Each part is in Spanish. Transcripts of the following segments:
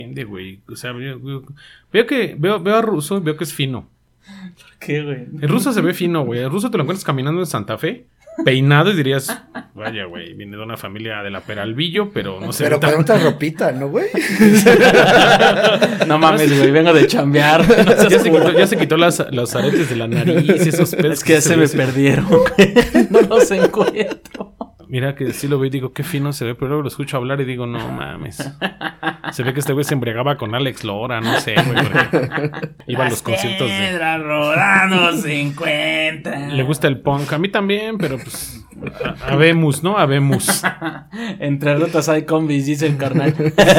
Güey. O sea, veo a Russo y veo que es fino. ¿Por qué, güey? El Russo se ve fino, güey. El Russo te lo encuentras caminando en Santa Fe, peinado, y dirías, vaya, güey, viene de una familia de la Peralvillo, pero no sé. Pero con otra ropita, ¿no, güey? No mames, güey, vengo de chambear. Ya se quitó los aretes de la nariz y esos pelos. Es que ya se me perdieron, güey. No los encuentro. Mira que sí lo veo y digo, qué fino se ve, pero luego lo escucho hablar y digo, no mames. Se ve que este güey se embriagaba con Alex Lora, no sé, güey. Iba a los conciertos de... piedras rodando se encuentran. Le gusta el punk, a mí también, pero pues... Habemos, ¿no? Habemos. Entre rotas hay combis, dice el carnal.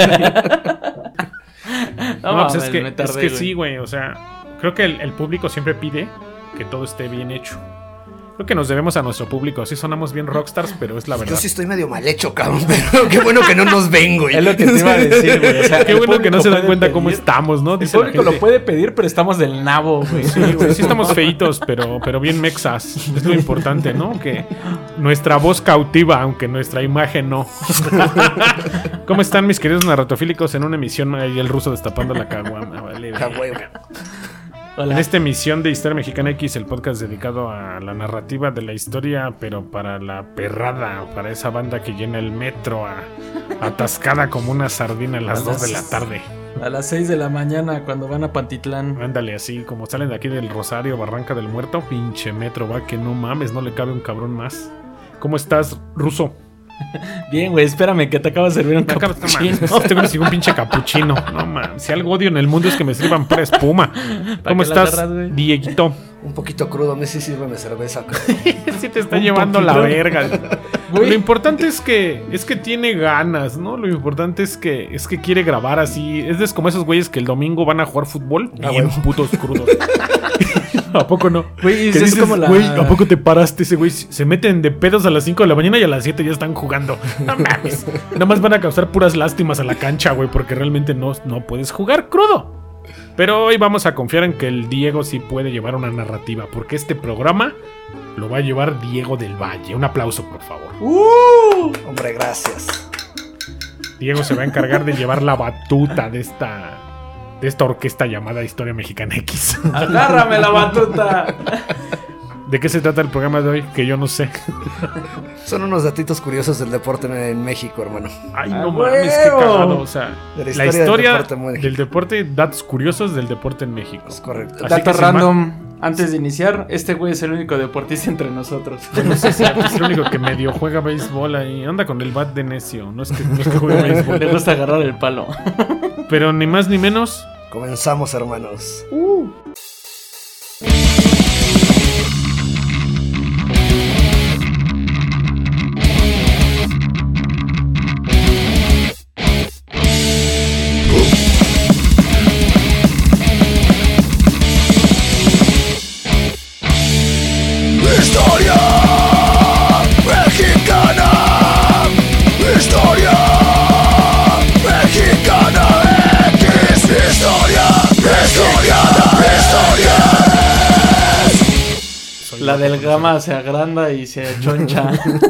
No, pues es que sí, güey, o sea, creo que el público siempre pide que todo esté bien hecho. Creo que nos debemos a nuestro público. Sí sonamos bien rockstars, pero es la verdad. Yo sí estoy medio mal hecho, cabrón. Pero qué bueno que no nos ven, güey. Es lo que te iba a decir, güey. O sea, qué bueno que no se dan cuenta cómo estamos, ¿no? Dice el público lo puede pedir, pero estamos del nabo, güey. Sí, güey. Sí estamos feitos, pero bien mexas. Es lo importante, ¿no? Que nuestra voz cautiva, aunque nuestra imagen no. ¿Cómo están, mis queridos narratofílicos? En una emisión ahí el Ruso destapando la caguama. Vale, Hola. En esta emisión de Historia Mexicana X, el podcast dedicado a la narrativa de la historia, pero para la perrada, para esa banda que llena el metro atascada como una sardina a las 2 de la tarde. A las 6 de la mañana cuando van a Pantitlán. Ándale, así como salen de aquí del Rosario, Barranca del Muerto, pinche metro, va que no mames, no le cabe un cabrón más. ¿Cómo estás, Ruso? Bien, güey, espérame que te acabo de servir un capuchino. Este güey me sigue un pinche capuchino. No mames, si algo odio en el mundo es que me sirvan pura espuma. ¿Cómo estás, Dieguito? Un poquito crudo, me sí sírveme cerveza. Sí te está llevando la verga. Lo importante es que tiene ganas, ¿no? Lo importante es que quiere grabar así. Es como esos güeyes que el domingo van a jugar fútbol bien putos crudos. ¿A poco no? Güey, es dices, como güey, ¿a poco te paraste? Ese güey se meten de pedos a las 5 de la mañana y a las 7 ya están jugando. No mames. Nada más van a causar puras lástimas a la cancha, güey, porque realmente no puedes jugar crudo. Pero hoy vamos a confiar en que el Diego sí puede llevar una narrativa, porque este programa lo va a llevar Diego del Valle. Un aplauso, por favor. Hombre, gracias. Diego se va a encargar de llevar la batuta de esta orquesta llamada Historia Mexicana X. ¡Agárrame la batuta! ¿De qué se trata el programa de hoy? Que yo no sé. Son unos datitos curiosos del deporte en México, hermano. Ay, no mames, qué cagado. O sea, la historia del deporte, datos curiosos del deporte en México. Es correcto. Dato random. Antes de iniciar, este güey es el único deportista entre nosotros. No sé si es el único que medio juega béisbol ahí. Anda con el bat de necio. No es que juegue béisbol. Le gusta agarrar el palo. Pero ni más ni menos. Comenzamos, hermanos. Historia mexicana, historia mexicana X, historia. La del Gama se agranda y se choncha.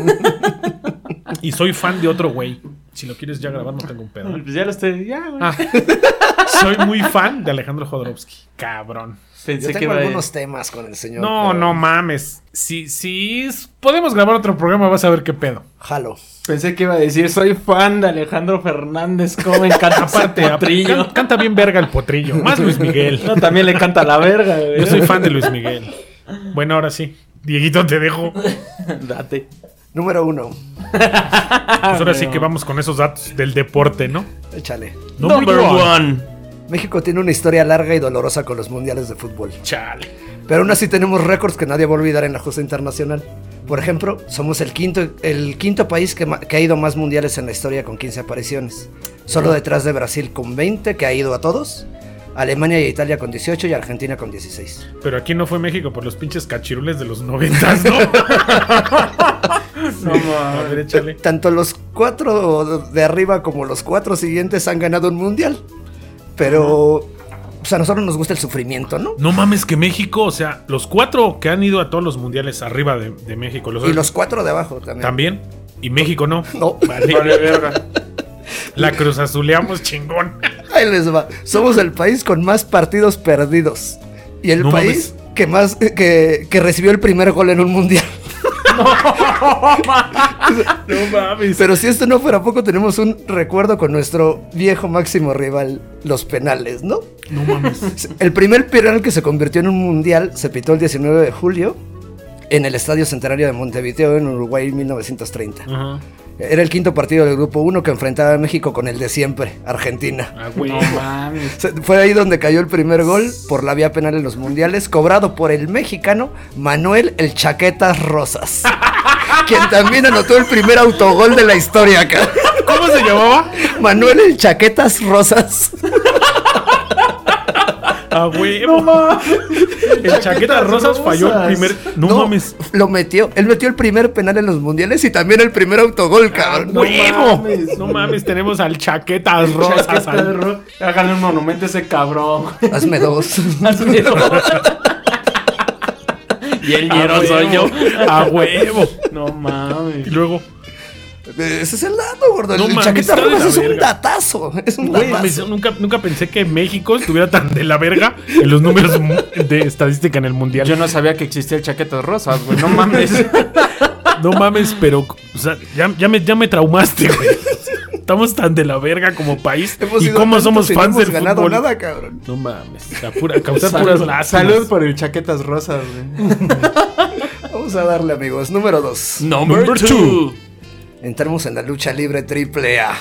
Y soy fan de otro güey. Si lo quieres ya grabar, no tengo un pedo. Pues ya lo estoy, ya, güey. Soy muy fan de Alejandro Jodorowsky. Cabrón. Pensé que algunos temas con el señor. No mames. Si podemos grabar otro programa, vas a ver qué pedo. Jalo. Pensé que iba a decir, soy fan de Alejandro Fernández. ¿Cómo me encanta ese potrillo? Canta bien verga el potrillo. Más Luis Miguel. No, también le canta la verga, güey. Yo soy fan de Luis Miguel. Bueno, ahora sí. Dieguito, te dejo. Date. Número 1. Pues ahora sí que vamos con esos datos del deporte, ¿no? Échale. Number one. México tiene una historia larga y dolorosa con los mundiales de fútbol. Chale. Pero aún así tenemos récords que nadie va a olvidar en la justa internacional. Por ejemplo, somos el quinto país que ha ido más mundiales en la historia con 15 apariciones. Solo detrás de Brasil con 20, que ha ido a todos. Alemania y Italia con 18 y Argentina con 16. Pero aquí no fue México por los pinches cachirules de los 90s, ¿no? No mames. A ver, échale. Tanto los 4 de arriba como los 4 siguientes han ganado un mundial. Pero pues a nosotros nos gusta el sufrimiento, ¿no? No mames que México, o sea, los 4 que han ido a todos los mundiales arriba de México. Y los 4 de abajo también. ¿También? ¿Y México no? No. Vale verga. La cruzazuleamos chingón. Ahí les va. Somos el país con más partidos perdidos. Y el país que más que recibió el primer gol en un mundial. No mames. Pero si esto no fuera poco, tenemos un recuerdo con nuestro viejo máximo rival, los penales, ¿no? No mames. El primer penal que se convirtió en un mundial se pitó el 19 de julio en el Estadio Centenario de Montevideo, en Uruguay, en 1930. Ajá. Era el quinto partido del Grupo 1 que enfrentaba a México con el de siempre, Argentina. Ah, güey. No mames. Fue ahí donde cayó el primer gol por la vía penal en los mundiales, cobrado por el mexicano Manuel el Chaquetas Rosas, quien también anotó el primer autogol de la historia acá. ¿Cómo se llamaba? Manuel el Chaquetas Rosas. Ah, güey. No mames. El Chaquetas Rosas falló el primer. No mames. Lo metió. Él metió el primer penal en los mundiales y también el primer autogol, cabrón. ¡Huevo! No mames, tenemos al Chaquetas Rosas. Háganle un monumento a ese cabrón. Hazme dos. Hazme dos. Y el ñero soy yo. A huevo. No mames. Y luego. Ese es el dato, gordo. No el mames, Chaquetas está de Rosas la es un verga. datazo. Es un Güey, datazo. nunca pensé que México estuviera tan de la verga en los números de estadística en el mundial. Yo no sabía que existía el Chaquetas Rosas, güey. No mames. No mames, pero, o sea, ya me traumaste, güey. Estamos tan de la verga como país. Hemos ¿Y ido cómo tantos somos y no fans hemos del ganado fútbol? nada, cabrón. No mames, causar puras lástimas. Salud por el Chaquetas Rosas, güey. Vamos a darle, amigos. Número 2. Number two. Entramos en la lucha libre AAA.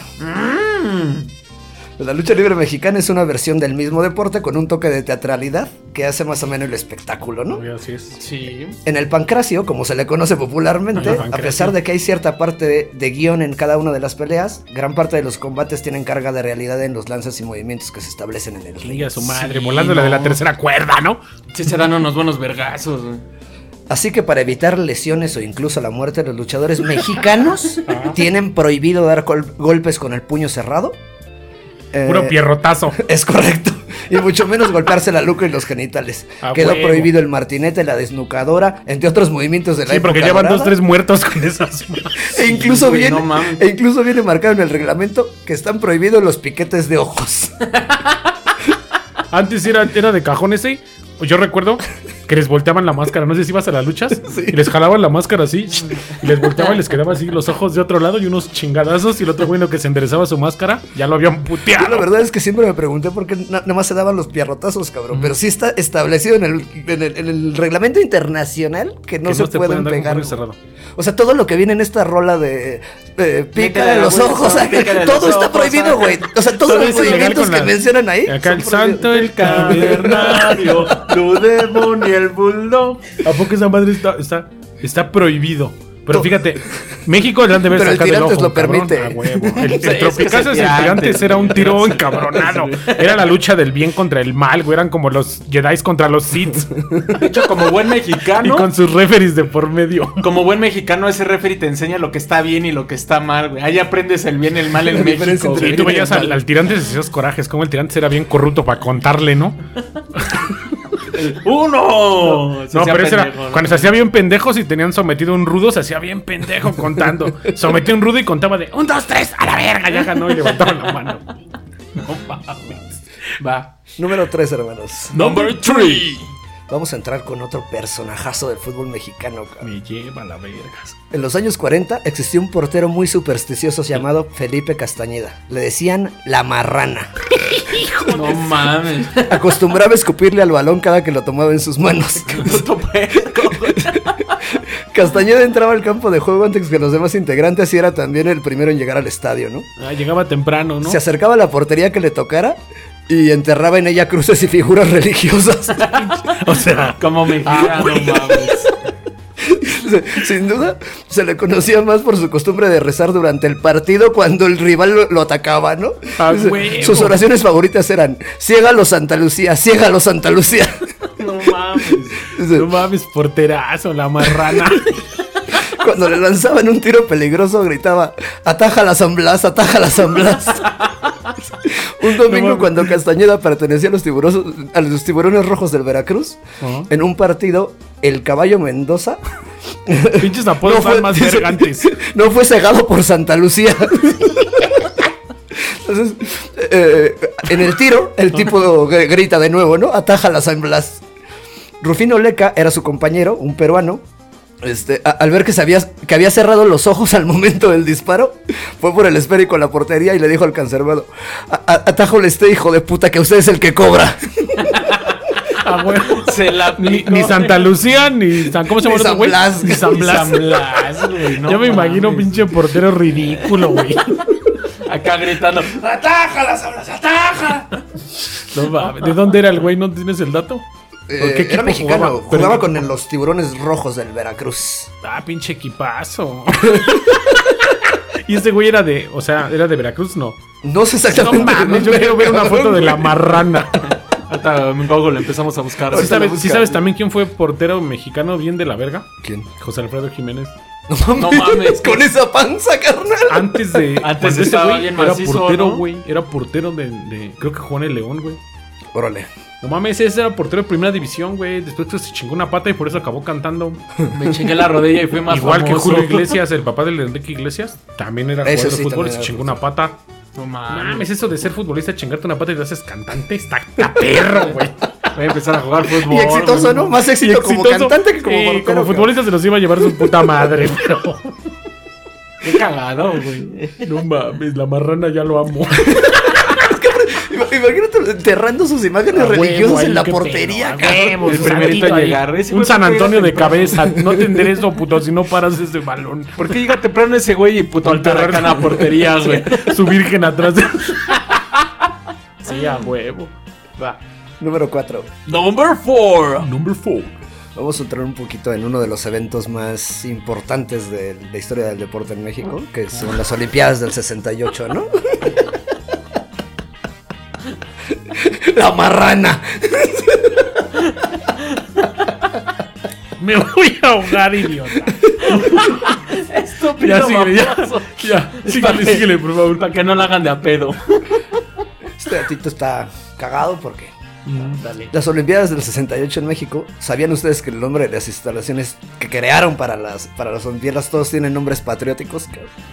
La lucha libre mexicana es una versión del mismo deporte con un toque de teatralidad que hace más o menos el espectáculo, ¿no? Así es. Sí. En el pancracio, como se le conoce popularmente, Ajá, pancracio. a pesar de que hay cierta parte de guión en cada una de las peleas, gran parte de los combates tienen carga de realidad en los lances y movimientos que se establecen en el ring. Chinga su madre, Sí, volándole de la no. tercera cuerda, ¿no? Sí se dan unos buenos vergazos, güey. Así que para evitar lesiones o incluso la muerte, los luchadores mexicanos tienen prohibido dar golpes con el puño cerrado. Puro pierrotazo. Es correcto. Y mucho menos golpearse la nuca y los genitales. A Quedó huevo. prohibido el martinete, la desnucadora, entre otros movimientos de la Sí, porque época llevan dorada. 2-3 muertos con esas. E incluso, Sí, güey, viene, no mames. e incluso viene marcado en el reglamento que están prohibidos los piquetes de ojos. Antes era de cajón ese. Yo recuerdo que les volteaban la máscara. No sé si ibas a las luchas. Sí. Y les jalaban la máscara así. Y les volteaban y les quedaba así los ojos de otro lado y unos chingadazos. Y el otro bueno que se enderezaba su máscara, ya lo habían Yo la puteado. verdad es que siempre me pregunté por qué nada más se daban los pierrotazos, cabrón. Pero sí está establecido en el reglamento internacional que no Que se te pueden dar con pegar. puño cerrado. O sea, todo lo que viene en esta rola de pica de la los bolsa, ojos, pícale todo los está ojos, prohibido, güey. O sea, todos Todo los es ilegal movimientos con que la- mencionan ahí. Acá el son santo, prohibidos. el cavernario. Blue Demon y el Bulldog. ¿A poco esa madre está prohibido? Pero fíjate, México le han de ver Pero el sacado el Tirantes ojo, lo cabrón. permite. A huevo. El Sí, es que Tropicazos es y el el Tirantes Tirantes. era un tiro encabronado. Era la lucha del bien contra el mal, güey. Eran como los Jedi contra los Sith. De hecho, como buen Y mexicano, con sus referees de por medio. como buen mexicano, ese referee te enseña lo que está bien y lo que está mal, güey. Ahí aprendes el bien y el mal en La diferencia México, entre Y güey. tú veías al Tirantes y hacías corajes. Como el Tirantes era bien corrupto para contarle, ¿no? ¡Uno! No, pero ese era cuando se hacía bien pendejo, si tenían sometido un rudo, se hacía bien pendejo contando. Sometía un rudo y contaba de 1, 2, 3, a la verga, ya ganó y levantaban la mano. No mames. Va. Número 3, hermanos. Number 3. Vamos a entrar con otro personajazo del fútbol mexicano, cabrón. Me lleva la verga. En los años 40 existió un portero muy supersticioso llamado Felipe Castañeda. Le decían la marrana. No mames. Acostumbraba a escupirle al balón cada que lo tomaba en sus manos. Puto puerco, güey. Castañeda entraba al campo de juego antes que los demás integrantes y era también el primero en llegar al estadio, ¿no? Llegaba temprano, ¿no? Se acercaba a la portería que le tocara y enterraba en ella cruces y figuras religiosas. O sea, Como mexicano, mames. Sin duda, se le conocía más por su costumbre de rezar durante el partido cuando el rival lo atacaba, ¿no? ¡A huevo! Sus oraciones favoritas eran: ciégalo Santa Lucía, ciégalo Santa Lucía. No mames. no mames, porterazo, la marrana. Cuando le lanzaban un tiro peligroso gritaba: ataja la San Blas, ataja la San Blas. Un domingo, mames. cuando Castañeda pertenecía a los tiburones rojos del Veracruz, Ajá. en un partido, el Caballo Mendoza Pinches apodos fue- más vergantes. no fue cegado por Santa Lucía. Entonces, en el tiro, el tipo grita de nuevo, ¿no? Ataja la San Blas. Rufino Leca era su compañero, un peruano. Al ver que había cerrado los ojos al momento del disparo, fue por el esférico a la portería y le dijo al cancerbero: atájole hijo de puta, que usted es el que cobra. Ah, bueno. Se la Ni Santa Lucía, ni San... ¿Cómo se llama Ni otro, güey? San Blas. Ni San Blas. San Blas, güey, no Yo me imagino un mames. pinche portero ridículo, güey. Acá gritando: ¡atájala, San Blas, atájala! No mames. ¿De dónde era el güey? ¿No tienes el dato? ¿Por qué Era equipo mexicano, Pero- jugaba con los Tiburones Rojos del Veracruz. Ah, pinche equipazo. Y ese güey era de... O sea, ¿era de Veracruz? No. No sé No exactamente. mames, yo quiero ver una foto de la marrana. Ahorita en Google empezamos a buscar. ¿Sí sabes también quién fue portero mexicano bien de la verga? ¿Quién? José Alfredo Jiménez. No mames. Con esa panza, carnal. Antes de... Antes cuando ese estaba güey bien era macizo, portero, ¿no? güey. Era portero de... Creo que jugó en el León, güey. Órale. No mames, ese era portero de primera división, güey. Después se chingó una pata y por eso acabó cantando. Me chingué la rodilla y fui más Igual que famoso. Julio Iglesias, el papá del Enrique Iglesias. También era Ese jugador de sí, fútbol y también se era chingó una pata. No No mames. mames, eso de ser futbolista, chingarte una pata y te haces cantante, está perro, güey. Voy a empezar a jugar fútbol. Y exitoso, güey. ¿no? Más éxito como Exitoso. cantante que como portero. Como futbolista se los iba a llevar su puta madre, pero... Qué cagado, güey. No mames, la marrana ya lo amo. Imagínate enterrando sus imágenes A huevo, religiosas ahí, en la qué portería, pedo, a huevo, El su primerito santito a ahí. llegar. Ese Un güey, San ¿por qué Antonio llega de cabeza. temprano? No te enderezo, puto, si no paras ese balón. ¿Por qué llega temprano ese güey y puto altar acá en la portería, güey? Su virgen atrás de... Sí, a huevo. Va. Número 4. Number 4. Number 4. Vamos a entrar un poquito en uno de los eventos más importantes de la historia del deporte en México, que son las Olimpiadas del 68, ¿no? La marrana. Me voy a ahogar, idiota. Estúpido, Ya, síguele, ya. baboso. Ya, Es síguele, para que- síguele, por favor. Para que no la hagan de a pedo. Este gatito está cagado porque Dale. las Olimpiadas del 68 en México, ¿sabían ustedes que el nombre de las instalaciones que crearon para las Olimpiadas todos tienen nombres patrióticos?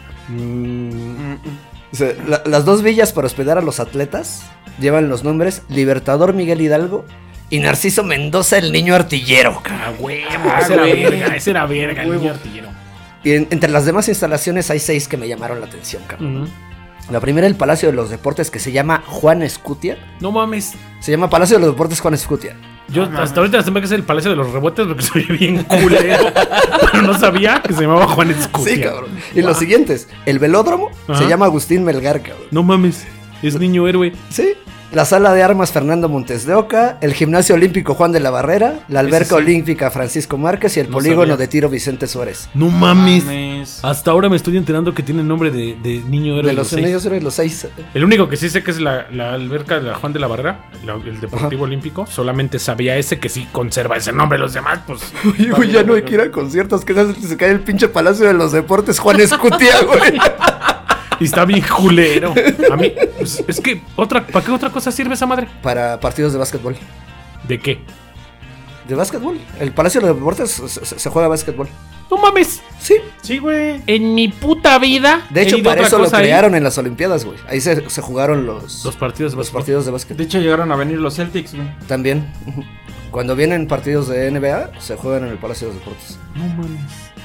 O sea, las dos villas para hospedar a los atletas llevan los nombres Libertador Miguel Hidalgo y Narciso Mendoza, el niño artillero. A huevo, Ah, ese era güey. verga, ese era verga, el niño artillero. Y entre las demás instalaciones hay 6 que me llamaron la atención, cabrón. La primera, el Palacio de los Deportes, que se llama Juan Escutia. No mames. Se llama Palacio de los Deportes Juan Escutia. Yo hasta ahorita siempre que es el Palacio de los Rebotes porque soy bien culero. Pero no sabía que se llamaba Juan Escutia. Sí, cabrón. Y los siguientes, el Velódromo Ajá. se llama Agustín Melgar, cabrón. No mames. Es niño héroe. Sí. La Sala de Armas Fernando Montes de Oca, el Gimnasio Olímpico Juan de la Barrera, la Alberca sí. Olímpica Francisco Márquez y el No Polígono sabía. de Tiro Vicente Suárez. No mames. Mames. Hasta ahora me estoy enterando que tiene nombre de niño héroe. De los seis. niños héroes, los 6. El único que sí sé que es la alberca de la Juan de la Barrera, el Deportivo Olímpico. Solamente sabía ese que sí conserva ese nombre. Los demás, pues. Oye, güey, ya no hay que ir a conciertos, que se cae el pinche Palacio de los Deportes Juan Escutia, güey. Y está bien culero. A mí, pues, es que, ¿para qué otra cosa sirve esa madre? Para partidos de básquetbol. ¿De qué? ¿De básquetbol? El Palacio de los Deportes se juega básquetbol. No mames. Sí. Sí, güey. En mi puta vida. De he hecho, ido a para otra eso lo cosa ahí. crearon en las Olimpiadas, güey. Ahí se jugaron los Partidos de básquetbol. partidos de básquet. De hecho, llegaron a venir los Celtics, güey. También. Ujú. Cuando vienen partidos de NBA, se juegan en el Palacio de los Deportes. No mames.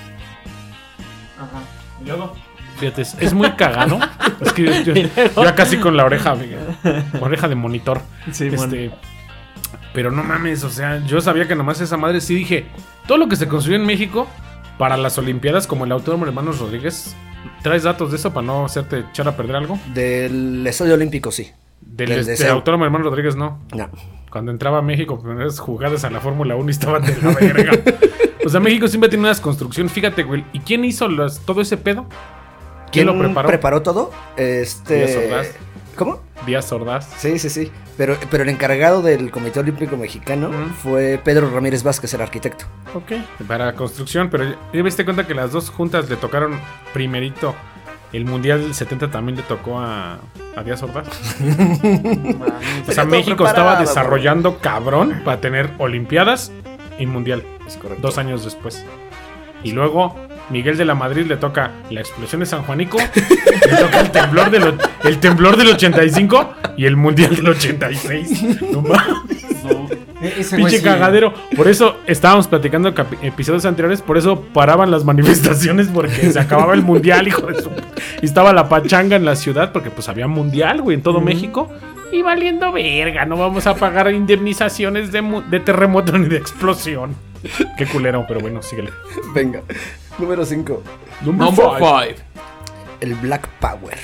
Ajá. ¿Y luego? Fíjate, es muy cagado. Es que yo ya casi con la oreja de monitor. Sí, Pero no mames, o sea, yo sabía que nomás esa madre sí dije, todo lo que se construyó en México para las Olimpiadas, como el Autódromo Hermanos Rodríguez, ¿traes datos de eso para no hacerte echar a perder algo? Del Estadio Olímpico, sí. Del Del CEU. Autódromo Hermanos Rodríguez, no. No. Cuando entraba a México, primeras jugadas a la Fórmula 1 y estaban de la verga. O sea, México siempre tiene unas construcciones, fíjate, güey. ¿Y quién hizo todo ese pedo? ¿Quién lo preparó? ¿Preparó todo? Díaz Ordaz. ¿Cómo? Díaz Ordaz. Sí, sí, sí. Pero el encargado del Comité Olímpico Mexicano fue Pedro Ramírez Vázquez, el arquitecto. Ok. Para la construcción, pero ya me diste cuenta que las dos juntas le tocaron primerito. El Mundial del 70 también le tocó a Díaz Ordaz. O sea, todo México preparado, estaba desarrollando cabrón para tener Olimpiadas y Mundial. Es correcto. 2 años después. Y luego Miguel de la Madrid le toca la explosión de San Juanico, le toca el temblor del 85 y el mundial del 86. No mames. No. Ese güey Pinche sí. cagadero. Por eso estábamos platicando episodios anteriores. Por eso paraban las manifestaciones. Porque se acababa el mundial, hijo de su. Y estaba la pachanga en la ciudad. Porque pues había mundial, güey, en todo México. Y valiendo verga. No vamos a pagar indemnizaciones de terremoto ni de explosión. Qué culero, pero bueno, síguele. Venga. Número 5. Number 5. El Black Power.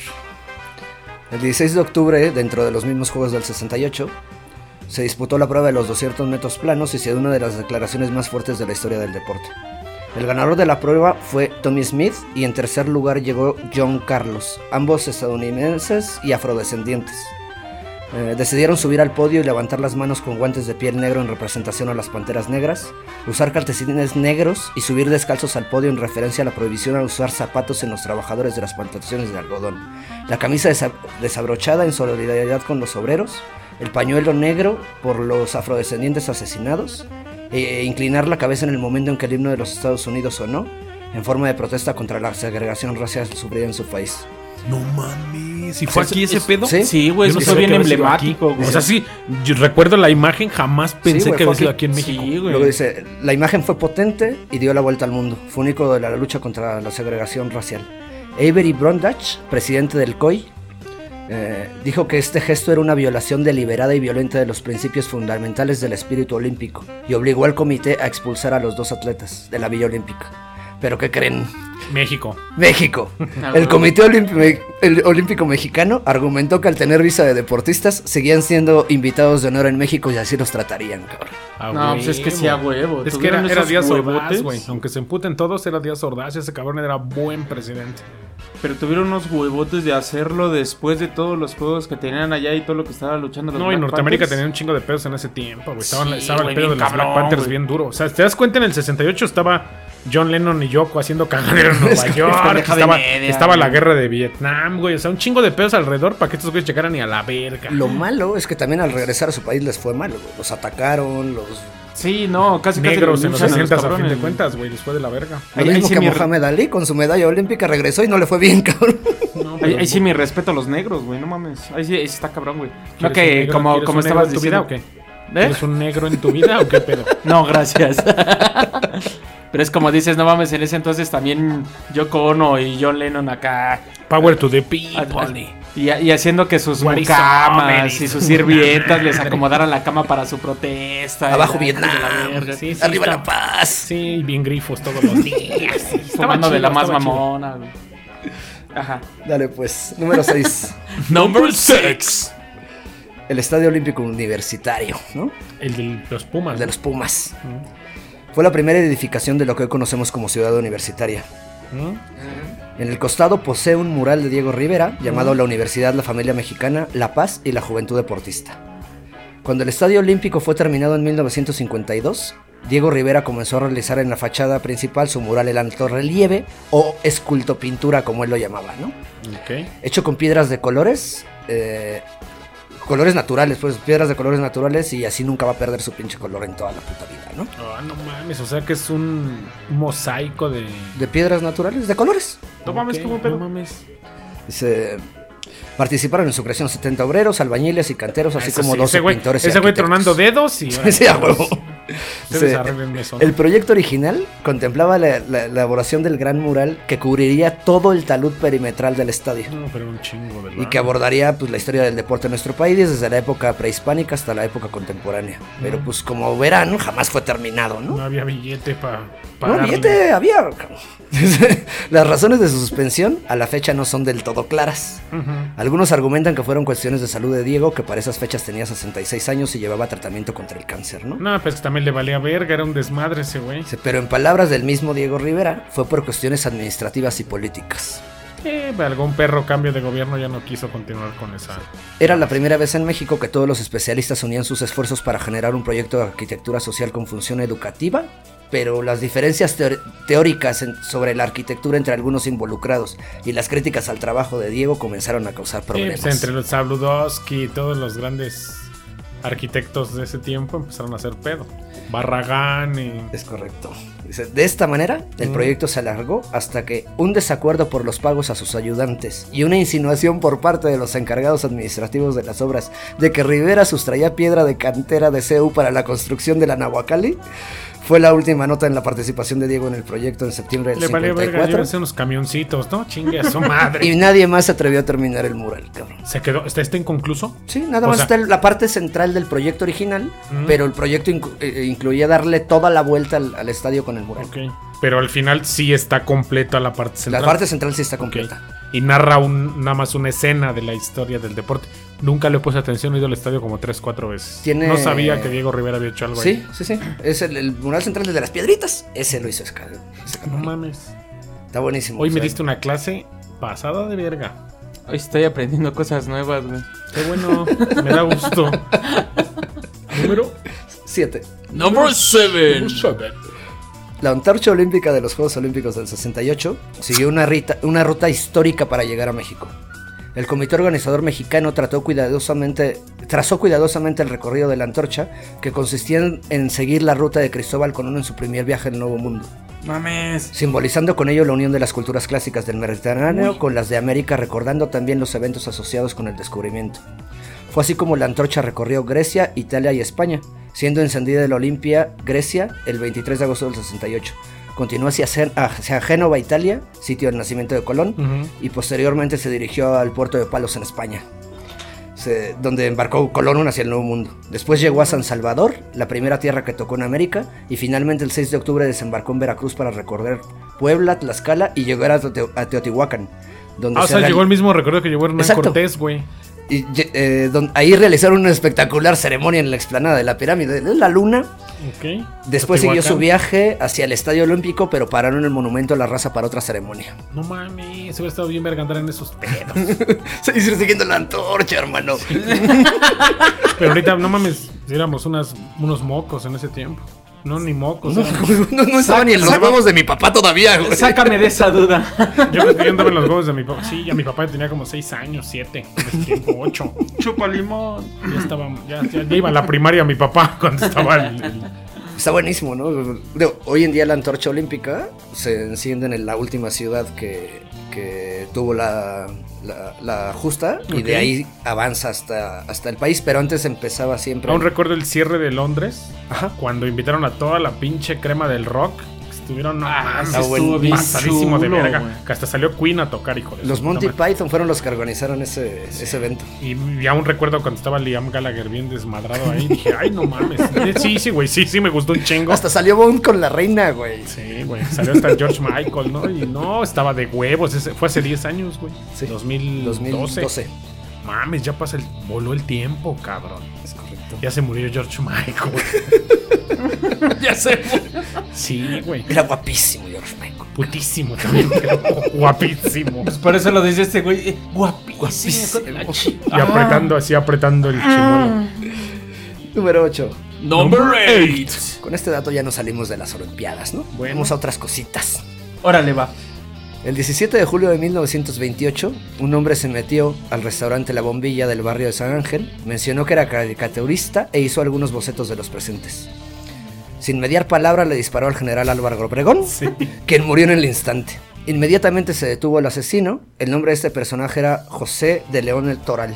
El 16 de octubre, dentro de los mismos Juegos del 68, se disputó la prueba de los 200 metros planos y se dio una de las declaraciones más fuertes de la historia del deporte. El ganador de la prueba fue Tommy Smith y en tercer lugar llegó John Carlos, ambos estadounidenses y afrodescendientes. Decidieron subir al podio y levantar las manos con guantes de piel negro en representación a las panteras negras, usar calcetines negros y subir descalzos al podio en referencia a la prohibición a usar zapatos en los trabajadores de las plantaciones de algodón, la camisa desabrochada en solidaridad con los obreros, el pañuelo negro por los afrodescendientes asesinados, e inclinar la cabeza en el momento en que el himno de los Estados Unidos sonó, en forma de protesta contra la segregación racial sufrida en su país. No mames. ¿Y fue aquí ese pedo? Sí, güey, Yo no eso fue sabía bien que había sido emblemático, aquí. güey. O sea, sí, yo recuerdo la imagen, jamás pensé Sí, güey, que fue había sido aquí. aquí en México. Sí, güey. Luego dice, la imagen fue potente y dio la vuelta al mundo. Fue un ícono de la lucha contra la segregación racial. Avery Brundage, presidente del COI, dijo que este gesto era una violación deliberada y violenta de los principios fundamentales del espíritu olímpico y obligó al comité a expulsar a los dos atletas de la Villa Olímpica. ¿Pero qué creen? México. México. Ah, El bueno. Comité Olímpico Mexicano argumentó que al tener visa de deportistas seguían siendo invitados de honor en México y así los tratarían, cabrón. A No, pues es que sí a huevo. Es que era Tuvieron Díaz esos Ordaz, huevotes, güey. Aunque se emputen todos, era Díaz Ordaz. Ese cabrón era buen presidente. Pero tuvieron unos huevotes de hacerlo después de todos los juegos que tenían allá y todo lo que estaba luchando los No, y Black Norteamérica Panthers. tenía un chingo de pedos en ese tiempo, güey. Estaba Sí, el güey, pedo de bien los Black cabrón, Panthers güey. bien duro. O sea, ¿te das cuenta? En el 68 estaba John Lennon y Yoko haciendo cagadero en Nueva York. pendeja de media, Estaba la güey. guerra de Vietnam, güey. O sea, un chingo de pedos alrededor para que estos güeyes llegaran ni a la verga. Lo malo es que también al regresar a su país les fue mal, güey. Los atacaron, los... Sí, no, casi Negros en los linchan a 60 a fin cabrones, de güey. cuentas, güey. Les fue de la verga. Lo Ahí mismo sí que mi- Mohamed Ali con su medalla olímpica regresó y no le fue bien, cabrón. Ahí sí mi respeto a los negros, güey, no mames. Ahí sí está cabrón, güey. No ¿Quieres un que negro- como quieres un negro estabas en tu vida diciendo. o qué? ¿Eres un negro en tu vida o qué pedo? No, gracias. Pero es como dices, no mames, en ese entonces también Yoko Ono y John Lennon acá. Power to the people. Y haciendo que sus What is mucamas up, y sus sirvientas les acomodaran la cama para su protesta. Abajo Y Vietnam. la verga. Sí, sí, Arriba está- la paz. Sí, bien grifos todos los días. Fumando de la más mamón. mamona, güey. Ajá. Dale pues, número 6. Number 6. El Estadio Olímpico Universitario, ¿no? El de los Pumas. El de los Pumas. Fue la primera edificación de lo que hoy conocemos como Ciudad Universitaria. ¿Mm? En el costado posee un mural de Diego Rivera llamado La Universidad, la Familia Mexicana, La Paz y la Juventud Deportista. Cuando el Estadio Olímpico fue terminado en 1952, Diego Rivera comenzó a realizar en la fachada principal su mural en alto relieve o escultopintura como él lo llamaba, ¿no? Ok. Hecho con piedras de colores, colores naturales, pues piedras de colores naturales y así nunca va a perder su pinche color en toda la puta vida, ¿no? Ah, no mames, o sea que es un mosaico de... De piedras naturales, de colores. No mames, Ok, ¿cómo pedo? No mames. Dice, participaron en su creación 70 obreros, albañiles y canteros, así como 12 ese güey, pintores y ese güey arquitectos. tronando dedos y... Sí, a huevo. Ustedes Sí. arreglen eso. El proyecto original contemplaba la elaboración del gran mural que cubriría todo el talud perimetral del estadio No, pero un chingo de y que abordaría pues, la historia del deporte en nuestro país desde la época prehispánica hasta la época contemporánea. Pero pues como verán, jamás fue terminado, ¿no? No había billete para... No, billete había. Las razones de su suspensión a la fecha no son del todo claras. Algunos argumentan que fueron cuestiones de salud de Diego, que para esas fechas tenía 66 años y llevaba tratamiento contra el cáncer, ¿no? No, pues también le valía verga, era un desmadre ese güey. Pero en palabras del mismo Diego Rivera, fue por cuestiones administrativas y políticas. Algún perro cambio de gobierno ya no quiso continuar con esa... Era la primera vez en México que todos los especialistas unían sus esfuerzos para generar un proyecto de arquitectura social con función educativa, pero las diferencias teóricas sobre la arquitectura entre algunos involucrados y las críticas al trabajo de Diego comenzaron a causar problemas. pues entre los Zabludovsky y todos los grandes arquitectos de ese tiempo empezaron a hacer pedo. Barragán y... Es correcto. Dice, de esta manera, el proyecto se alargó hasta que un desacuerdo por los pagos a sus ayudantes y una insinuación por parte de los encargados administrativos de las obras de que Rivera sustraía piedra de cantera de CU para la construcción de la Nahuacali fue la última nota en la participación de Diego en el proyecto en septiembre del Le valió verga, 54. llévense unos camioncitos, ¿no? Chingue a su madre. Y nadie más se atrevió a terminar el mural, cabrón. Se quedó, ¿está inconcluso? Sí, nada O más sea- está la parte central del proyecto original, pero el proyecto incluía darle toda la vuelta al estadio con el mural. Ok. Pero al final sí está completa la parte central. La parte central sí está completa. Ok. Y narra nada más una escena de la historia del deporte. Nunca le he puesto atención, he ido al estadio como 3-4 veces. Tiene- No sabía que Diego Rivera había hecho algo ahí. Sí. Es el mural central de las piedritas. Ese lo hizo ese No mames. Está buenísimo. Hoy o me sea, diste una clase pasada de verga. Hoy estoy aprendiendo cosas nuevas, güey. Qué bueno, me da gusto. Número 7. Number 7. La antorcha olímpica de los Juegos Olímpicos del 68 siguió una ruta histórica para llegar a México. El comité organizador mexicano trazó cuidadosamente el recorrido de la antorcha, que consistía en seguir la ruta de Cristóbal Colón en su primer viaje al Nuevo Mundo, Mames. simbolizando con ello la unión de las culturas clásicas del Mediterráneo con las de América, recordando también los eventos asociados con el descubrimiento. Fue así como la antorcha recorrió Grecia, Italia y España, siendo encendida en la Olimpia, Grecia, el 23 de agosto del 68. Continuó hacia Génova, Italia, sitio del nacimiento de Colón, y posteriormente se dirigió al puerto de Palos en España, donde embarcó Colón hacia el Nuevo Mundo. Después llegó a San Salvador, la primera tierra que tocó en América, y finalmente el 6 de octubre desembarcó en Veracruz para recorrer Puebla, Tlaxcala y llegar a Teotihuacán. Donde o sea, llegó el mismo recuerdo que llevó Hernán Exacto. Cortés, güey. Y, ahí realizaron una espectacular ceremonia en la explanada de la pirámide de la Luna. Ok. Después siguió su Teotihuacán. viaje hacia el Estadio Olímpico, pero pararon en el Monumento a la Raza para otra ceremonia. No mames, se hubiera estado bien verga andar en esos pedos. Seguir siguiendo la antorcha, hermano. Pero ahorita, no mames, éramos unos mocos en ese tiempo. No, ni mocos. éramos- No estaba ni en los huevos de mi papá todavía, güey. Sácame de esa duda. Yo creo que yo andaba en los huevos de mi papá. Sí, ya mi papá tenía como 6 años, 7, en ese tiempo, 8. Chupa limón. Ya estaba, ya iba a la primaria mi papá cuando estaba el- Está buenísimo, ¿no? Hoy en día la antorcha olímpica se enciende en la última ciudad que tuvo la justa, y Ok. de ahí avanza hasta el país, pero antes empezaba siempre... Aún recuerdo el cierre de Londres, Ajá. cuando invitaron a toda la pinche crema del rock. Estuvieron estuvo bien pasadísimo de chulo, verga. güey. Que hasta salió Queen a tocar, hijo de Los su puta Monty madre. Python fueron los que organizaron ese evento. Y aún recuerdo cuando estaba Liam Gallagher bien desmadrado ahí. Dije, ay, no mames. Sí, güey, sí, me gustó un chingo. Hasta salió Bond con la reina, güey. Sí, güey. Salió hasta George Michael, ¿no? Y no, estaba de huevos. Fue hace 10 años, güey. Sí. 2012. Mames, ya voló el tiempo, cabrón. Es correcto. Ya se murió George Michael. Ya sé. Sí, güey. Era guapísimo George Michael. Putísimo también, pero guapísimo. Pues por eso lo dice este güey. Guapísimo. Guapísimo. con la chi- Y apretando el chimuelo. Número 8. Number 8. Con este dato ya nos salimos de las Olimpiadas, ¿no? Bueno. Vamos a otras cositas. Órale, va. El 17 de julio de 1928, un hombre se metió al restaurante La Bombilla del barrio de San Ángel, mencionó que era caricaturista e hizo algunos bocetos de los presentes. Sin mediar palabra le disparó al general Álvaro Obregón, quien murió en el instante. Inmediatamente se detuvo el asesino. El nombre de este personaje era José de León el Toral.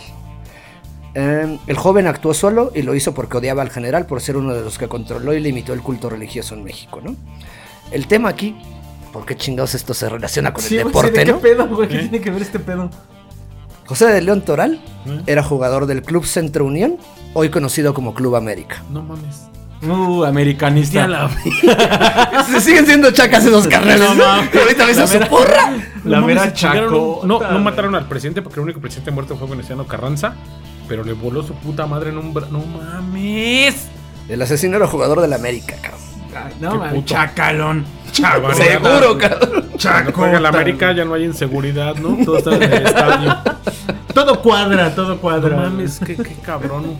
El joven actuó solo y lo hizo porque odiaba al general por ser uno de los que controló y limitó el culto religioso en México, ¿no? El tema aquí, ¿por qué chingados esto se relaciona con el deporte, ¿de qué no? pedo, güey? ¿Qué tiene que ver este pedo? José de León Toral era jugador del Club Centro Unión, hoy conocido como Club América. No mames. Americanista. Ya la Se siguen siendo chacas esos carneros. No mames. Ahorita ves a su mera- porra. La No mera mames, se chingaron chacota. no mataron al presidente porque el único presidente muerto fue Venustiano Carranza. Pero le voló su puta madre en un... No mames. El asesino era jugador del América, cabrón. Ay, no, Qué mames, puto. chacalón. Cuando Seguro, cabrón. juega la América ya no hay inseguridad, ¿no? Todo está en el estadio. Todo cuadra, todo No cuadra. mames, qué cabrón.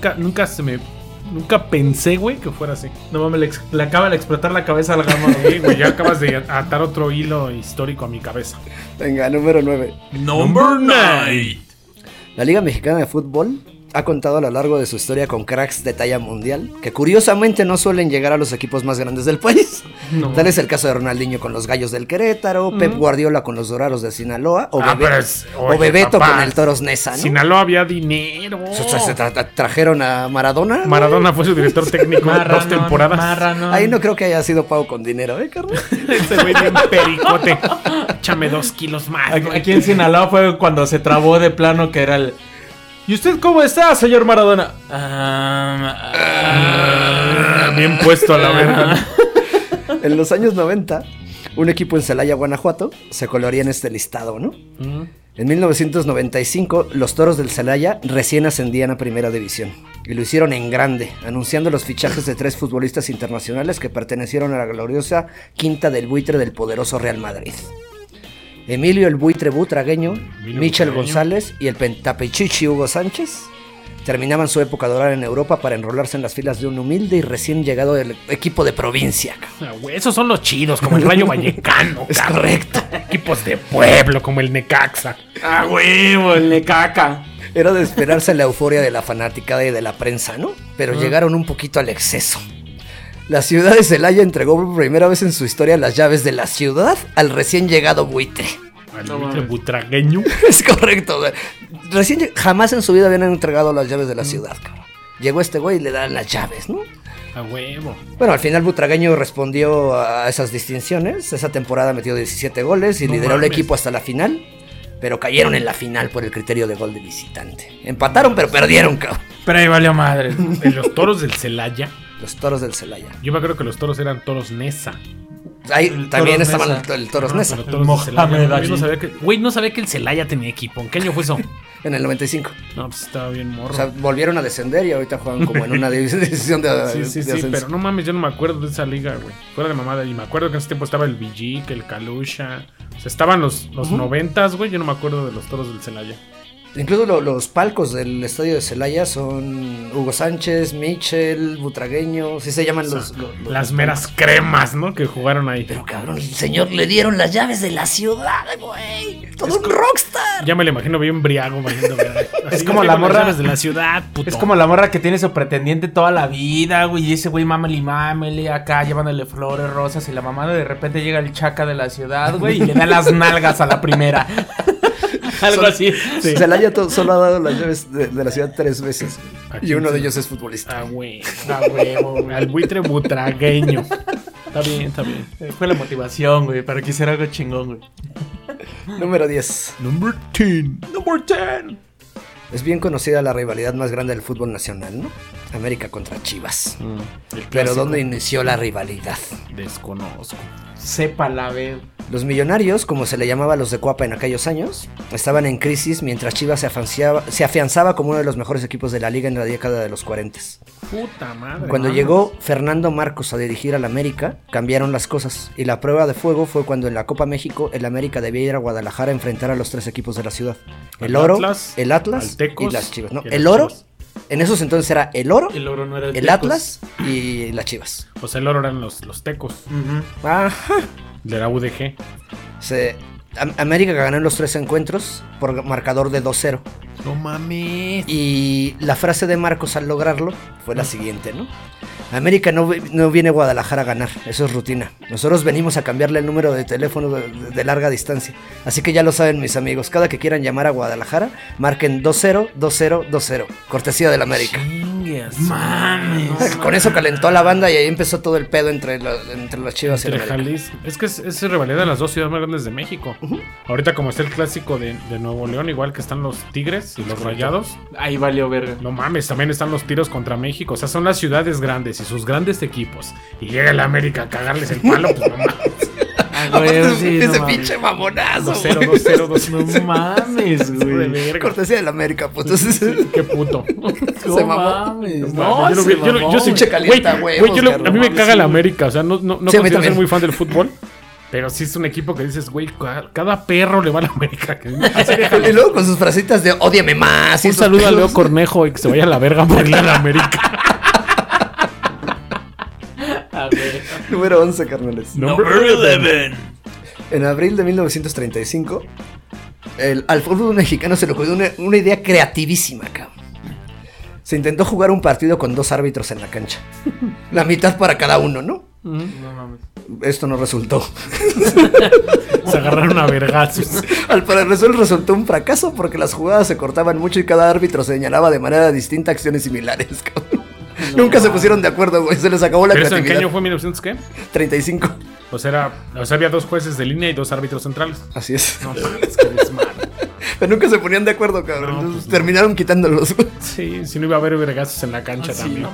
Nunca pensé, güey, que fuera así. No mames, le acaba de explotar la cabeza al gama, Sí, güey, ya acabas de atar otro hilo histórico a mi cabeza. Venga, número 9. Number 9. La Liga Mexicana de Fútbol ha contado a lo largo de su historia con cracks de talla mundial, que curiosamente no suelen llegar a los equipos más grandes del país. No. Tal es el caso de Ronaldinho con los Gallos del Querétaro, Pep Guardiola con los Dorados de Sinaloa, o, o Bebeto con el Toros Nesa, ¿no? Sinaloa había dinero. Trajeron a Maradona. Maradona fue su director técnico 2 temporadas. Marrano. Ahí no creo que haya sido pago con dinero, Carlos. Ese güey bien pericote. Échame 2 kilos más. Aquí en Sinaloa fue cuando se trabó de plano que era el... ¿Y usted cómo está, señor Maradona? Bien puesto a la verga. En los años 90, un equipo en Celaya, Guanajuato, se coloría en este listado, ¿no? En 1995, los Toros del Celaya recién ascendían a Primera División. Y lo hicieron en grande, anunciando los fichajes de 3 futbolistas internacionales que pertenecieron a la gloriosa quinta del buitre del poderoso Real Madrid. Emilio el Buitre Butragueño, Michel González y el Pentapechichi Hugo Sánchez terminaban su época dorada en Europa para enrolarse en las filas de un humilde y recién llegado del equipo de provincia. Esos son los chidos, como el Rayo Vallecano. Es correcto. Equipos de pueblo, como el Necaxa. ¡Ah, huevo! El Necaca. Era de esperarse la euforia de la fanaticada y de la prensa, ¿no? Pero llegaron un poquito al exceso. La ciudad de Celaya entregó por primera vez en su historia las llaves de la ciudad al recién llegado buitre. Al buitre butragueño. Es correcto, güey. Jamás en su vida habían entregado las llaves de la ciudad, cabrón. Llegó este güey y le dan las llaves, ¿no? A huevo. Bueno, al final Butragueño respondió a esas distinciones. Esa temporada metió 17 goles y lideró el equipo hasta la final. Pero cayeron en la final por el criterio de gol de visitante. Empataron, pero perdieron, cabrón. Pero ahí valió madre. En los Toros del Celaya. Los Toros del Celaya. Yo me acuerdo que los Toros eran Toros Nesa. Ahí El también Toros estaban Nesa. el Toros Nesa. Pero Toros del Celaya. Mohamed Yo Ali. no sabía que el Celaya tenía equipo. ¿En qué año fue eso? En el 95. No, pues estaba bien morro. O sea, volvieron a descender y ahorita juegan como en una división de, Sí, de ascenso. pero no mames, yo no me acuerdo de esa liga, güey. Fuera de mamada. Y me acuerdo que en ese tiempo estaba el Villic, el Kalusha. O sea, estaban los 90s, güey. Yo no me acuerdo de los Toros del Celaya. Incluso los palcos del estadio de Celaya son Hugo Sánchez, Michel, Butragueño, sí se llaman los Las meras cremas, ¿no? Que jugaron ahí. Pero cabrón, el señor le dieron las llaves de la ciudad, güey. Todo un rockstar. Ya me lo imagino bien briago, Es como la morra de la ciudad, puto. Es como la morra que tiene su pretendiente toda la vida, güey. Y ese güey mámele acá, llevándole flores, rosas. Y la mamá de repente llega el chaca de la ciudad, güey. Y le da las nalgas a la primera. Algo así. Sí. Celaya solo ha dado las llaves de la ciudad 3 veces. Aquí Y uno sí. de ellos es futbolista. Ah, güey. Al buitre butragueño. Está bien, está bien. Fue la motivación, güey, para que hiciera algo chingón, güey. Número 10. Number 10. Number 10. Es bien conocida la rivalidad más grande del fútbol nacional, ¿no? América contra Chivas. Pero ¿dónde inició la rivalidad? Desconozco. Sepa la vez. Los Millonarios, como se le llamaba a los de Cuapa en aquellos años, estaban en crisis mientras Chivas se afianzaba como uno de los mejores equipos de la liga en la década de los 40. Puta madre. Cuando llegó Fernando Marcos a dirigir al América, cambiaron las cosas. Y la prueba de fuego fue cuando en la Copa México el América debía ir a Guadalajara a enfrentar a los 3 equipos de la ciudad. El Oro, el Atlas al Tecos y las Chivas. No, y el las Oro, Chivas. en esos entonces era el Oro, El oro no era el Tecos. Atlas y las Chivas. O sea, el oro eran los tecos. Ujú. Ajá. De la UDG. América ganó en los 3 encuentros por marcador de 2-0. No mames. Y la frase de Marcos al lograrlo fue la siguiente, ¿no? América no viene a Guadalajara a ganar, eso es rutina. Nosotros venimos a cambiarle el número de teléfono de larga distancia. Así que ya lo saben mis amigos, cada que quieran llamar a Guadalajara, marquen 202020. Cortesía del América. Mames. Con eso calentó a la banda y ahí empezó todo el pedo entre las Chivas y el Entre América. Jalisco. Es que es rivalidad de las 2 ciudades más grandes de México. Ahorita como está el clásico de Nuevo León, igual que están los Tigres y los Rayados. Ahí valió verga. No mames, también están los tiros contra México. O sea, son las ciudades grandes y sus grandes equipos. Y llega el América a cagarles el palo, pues no mames. Ah, güey, sí, Ese no mames. pinche mamonazo. 2-0, güey. 2-0, 2-0. No mames, De güey. verga. Cortesía del América, puto. Qué puto. Se mamó. mames. No, yo, se yo mamó. sí, Pinche calienta, güey, huevos, a mí me Carlos, caga el América. O sea, no Sí, a mí considero ser también. muy fan del fútbol. Pero sí es un equipo que dices, güey, cada perro le va a la América. Y luego con sus frasitas de ódiame más. y Un esos saludo a Leo pedos. Cornejo y que se vaya a la verga por irle a la América. Ah, güey. Número 11, carnales. Number 11. En abril de 1935, al fútbol mexicano se le ocurrió una idea creativísima, cabrón. Se intentó jugar un partido con 2 árbitros en la cancha. La mitad para cada uno, ¿no? No mames. Esto no resultó. Se agarraron a vergazos. Al parecer resultó un fracaso porque las jugadas se cortaban mucho y cada árbitro señalaba de manera distinta acciones similares. Nunca se pusieron de acuerdo, güey. Se les acabó la ¿Pero eso en creatividad. qué año fue? ¿1900 qué? 35. O sea, había 2 jueces de línea y 2 árbitros centrales. Así es. No mames, qué desmadre. Pero nunca se ponían de acuerdo, cabrón. No, Entonces, pues no. terminaron quitándolos. Sí, si no iba a haber vergazos en la cancha también.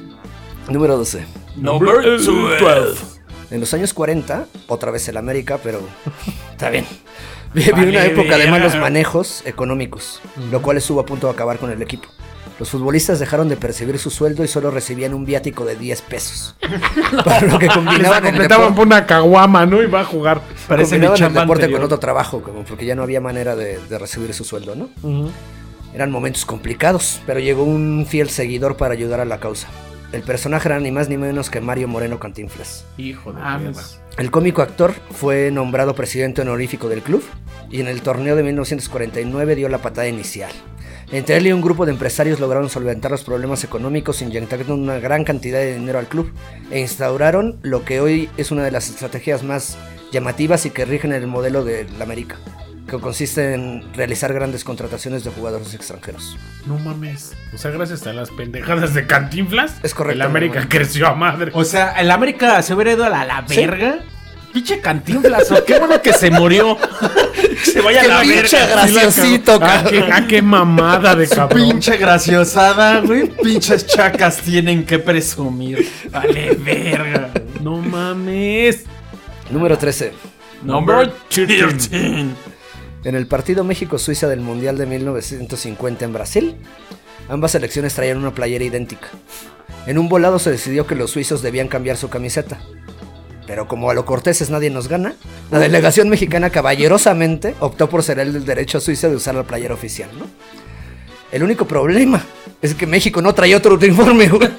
Número 12. Number 12. En los años 40, otra vez el América, pero está bien. Vi Vale, una época de verga. malos manejos económicos, lo cual estuvo a punto de acabar con el equipo. Los futbolistas dejaron de percibir su sueldo y solo recibían un viático de 10 pesos. Para lo que Les combinaban el completaban deporte, por una caguama, ¿no? Y va a jugar. Parece mi combinaban el chamba deporte anterior. con otro trabajo, como porque ya no había manera de recibir su sueldo, ¿no? Eran momentos complicados, pero llegó un fiel seguidor para ayudar a la causa. El personaje era ni más ni menos que Mario Moreno Cantinflas. Hijo de Mames. mierda. El cómico actor fue nombrado presidente honorífico del club y en el torneo de 1949 dio la patada inicial. Entre él y un grupo de empresarios lograron solventar los problemas económicos inyectando una gran cantidad de dinero al club e instauraron lo que hoy es una de las estrategias más llamativas y que rigen el modelo del América, que consiste en realizar grandes contrataciones de jugadores extranjeros. No mames. O sea, gracias a las pendejadas de Cantinflas, Es correcto, el América hermano. creció a madre. O sea, el América se hubiera ido a la verga. Pinche Cantinflas, oh, qué bueno que se murió. Se vaya a la pinche verga. graciosito, Qué mamada de cabrón. Pinche graciosada, güey. Pinches chacas tienen que presumir. Vale, verga. No mames. Número 13. Number 13. En el partido México-Suiza del Mundial de 1950 en Brasil, ambas selecciones traían una playera idéntica. En un volado se decidió que los suizos debían cambiar su camiseta. Pero como a lo corteses nadie nos gana, la delegación mexicana caballerosamente optó por ceder el derecho a Suiza de usar la playera oficial, ¿no? El único problema es que México no traía otro uniforme, güey.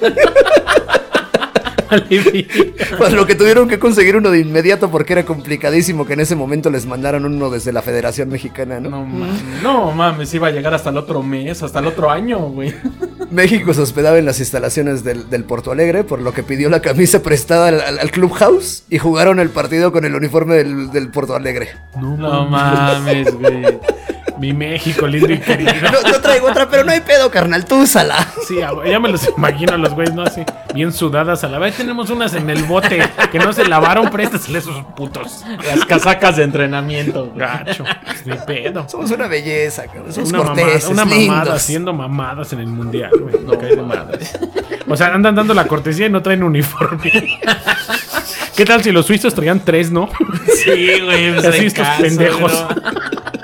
Pues lo que tuvieron que conseguir uno de inmediato porque era complicadísimo que en ese momento les mandaran uno desde la Federación Mexicana, ¿no? No mames, iba a llegar hasta el otro mes, hasta el otro año, güey. México se hospedaba en las instalaciones del Porto Alegre, por lo que pidió la camisa prestada al Clubhouse y jugaron el partido con el uniforme del Porto Alegre. No mames, güey. Mi México, lindo y querido. No traigo otra, pero no hay pedo, carnal, tú úsala. Sí, ya me los imagino a los güeyes, ¿no? Así, bien sudadas a la vez. Tenemos unas en el bote que no se lavaron, préstaseles esos putos. Las casacas de entrenamiento, güey. Gacho, ni pedo. Somos una belleza, cabrón. Somos Una corteses, mamada lindos. haciendo mamadas en el mundial, güey. No cae de madre. O sea, andan dando la cortesía y no traen uniforme. ¿Qué tal si los suizos traían 3, no? Sí, güey. Pues Así de estos caso, pendejos. ¿no?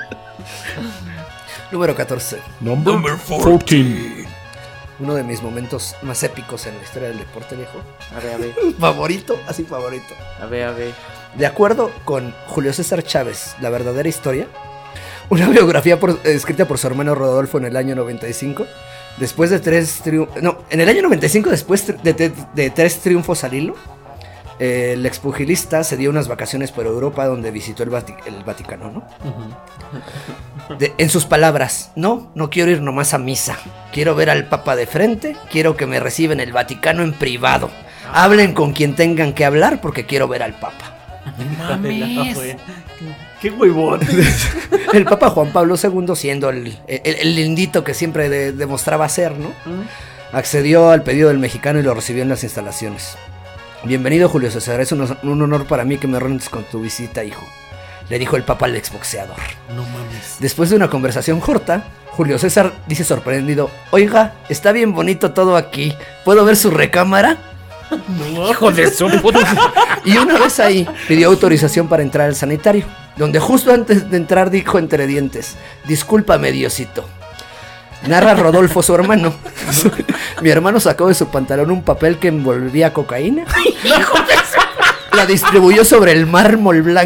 Número 14. Number 14. Uno de mis momentos más épicos en la historia del deporte, viejo. A ver. Favorito, así favorito. A ver. De acuerdo con Julio César Chávez, La verdadera historia, una biografía escrita por su hermano Rodolfo en el año 95, después de 3 triunfos... No, en el año 95, después de 3 triunfos al hilo, el expugilista se dio unas vacaciones por Europa donde visitó el Vaticano, ¿no? En sus palabras, no quiero ir nomás a misa, quiero ver al Papa de frente, quiero que me reciba en el Vaticano en privado, hablen con quien tengan que hablar porque quiero ver al Papa. Mames. Qué huevón. El Papa Juan Pablo II, siendo el lindito que siempre demostraba ser, ¿no? Accedió al pedido del mexicano y lo recibió en las instalaciones. Bienvenido, Julio César, es un honor para mí que me rondes con tu visita, hijo, le dijo el Papa al exboxeador. No mames. Después de una conversación corta, Julio César dice sorprendido: oiga, está bien bonito todo aquí, ¿puedo ver su recámara? Hijo de su puta. Y una vez ahí, pidió autorización para entrar al sanitario, donde justo antes de entrar dijo entre dientes: discúlpame, Diosito. Narra Rodolfo, su hermano. Mi hermano sacó de su pantalón un papel que envolvía cocaína. La distribuyó sobre el mármol blanco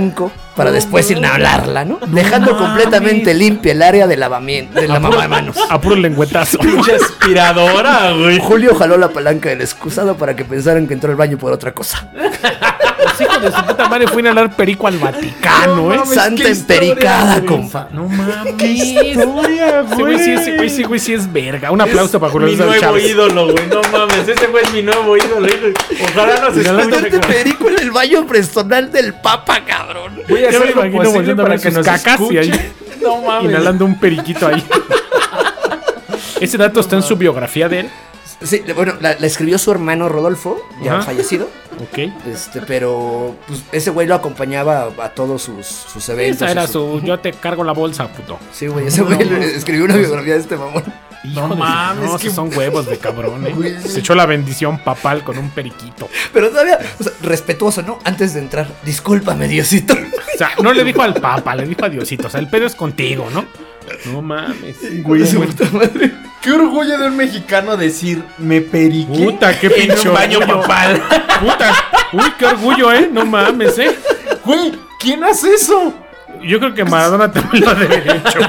para después inhalarla, ¿no? Dejando completamente limpia el área de lavamiento, de lavamanos. A puro lengüetazo. Pinche aspiradora, güey. Julio jaló la palanca del excusado para que pensaran que entró al baño por otra cosa. Los hijos de su puta madre fue a inhalar perico al Vaticano, No mames, Santa qué historia, empericada, güey. compa. No mames. ¡Qué historia, Ese güey sí es verga. Un aplauso para Julio Mi César nuevo Chávez. ídolo, güey. No mames, ese güey es mi nuevo ídolo. Ojalá nos Inhalando escuche. Santa perico en el baño personal del Papa, cabrón. Voy a Ya me hacer lo imagino posible volviendo a para ver que sus nos cacas y escuche. ahí No mames. inhalando un periquito ahí. Ese dato está en su biografía de él. Sí, bueno, la escribió su hermano Rodolfo, ya Ajá. fallecido. Ok. Pero pues, ese güey lo acompañaba a todos sus eventos. Esa era y su. Yo te cargo la bolsa, puto. Sí, güey, ese güey escribió una biografía de este mamón. Hijo de- mames, no, que- esos son huevos de cabrón, Güey. Se echó la bendición papal con un periquito. Pero todavía, o sea, respetuoso, ¿no? Antes de entrar, discúlpame, Diosito. O sea, no le dijo al papa, le dijo a Diosito. O sea, el pedo es contigo, ¿no? No mames. Güey, su puta madre. Qué orgullo de un mexicano decir me periqué. Puta, qué en pinche un baño orgullo. papal. Puta. Uy, qué orgullo, No mames, Güey, ¿quién hace eso? Yo creo que Maradona también lo debe haber hecho.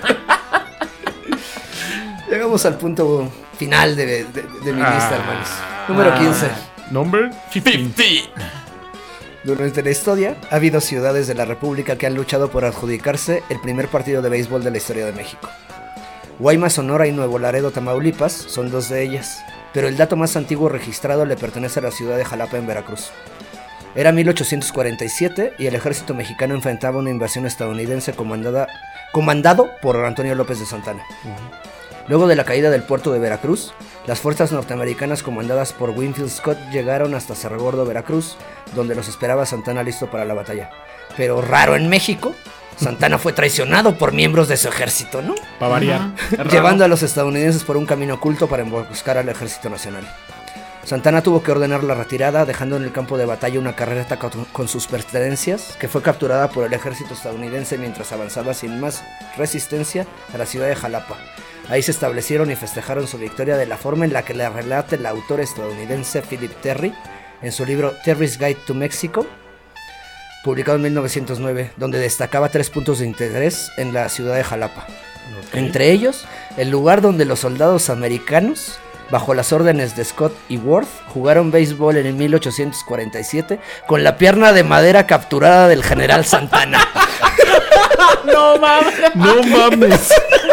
Llegamos al punto final de mi lista, hermanos. Número 15. Number 15. Durante la historia, ha habido ciudades de la República que han luchado por adjudicarse el primer partido de béisbol de la historia de México. Guaymas, Sonora y Nuevo Laredo, Tamaulipas son dos de ellas, pero el dato más antiguo registrado le pertenece a la ciudad de Jalapa en Veracruz. Era 1847 y el ejército mexicano enfrentaba una invasión estadounidense comandado por Antonio López de Santana. Luego de la caída del puerto de Veracruz, las fuerzas norteamericanas comandadas por Winfield Scott llegaron hasta Cerro Gordo, Veracruz, donde los esperaba Santana listo para la batalla. Pero raro en México, Santana fue traicionado por miembros de su ejército, ¿no? Para variar. Llevando a los estadounidenses por un camino oculto para emboscar al ejército nacional. Santana tuvo que ordenar la retirada, dejando en el campo de batalla una carreta con sus pertenencias, que fue capturada por el ejército estadounidense mientras avanzaba sin más resistencia a la ciudad de Jalapa. Ahí se establecieron y festejaron su victoria de la forma en la que la relata el autor estadounidense Philip Terry en su libro Terry's Guide to Mexico, publicado en 1909, donde destacaba 3 puntos de interés en la ciudad de Jalapa. Entre ellos, el lugar donde los soldados americanos, bajo las órdenes de Scott y Worth, jugaron béisbol en 1847 con la pierna de madera capturada del general Santana. No mames. No mames.